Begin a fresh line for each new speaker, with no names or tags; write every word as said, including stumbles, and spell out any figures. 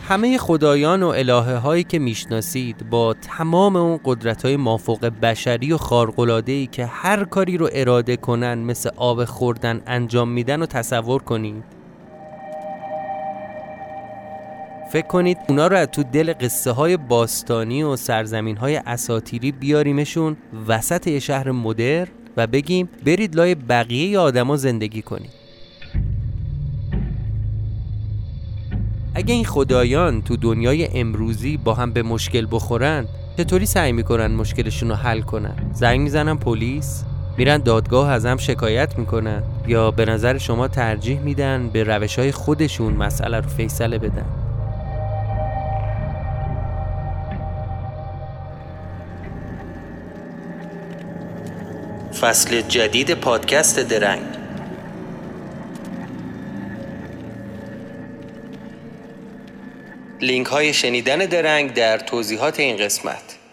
همه خدایان و الهه هایی که میشناسید با تمام اون قدرت های مافوق بشری و خارق‌العاده‌ای که هر کاری رو اراده کنن مثل آب خوردن انجام میدن و تصور کنید. فکر کنید اونا رو از تو دل قصه های باستانی و سرزمین های اساطیری بیاریمشون وسط یه شهر مدرن و بگیم برید لای بقیه آدما زندگی کنید. اگه این خدایان تو دنیای امروزی با هم به مشکل بخورن، چطوری سعی میکنن مشکلشون رو حل کنن؟ زنگ میزنن پلیس؟ میرن دادگاه از هم شکایت میکنن؟ یا به نظر شما ترجیح میدن به روشهای خودشون مسئله رو فیصله بدن؟ فصل جدید پادکست درنگ. لینک های شنیدن درنگ در توضیحات این قسمت.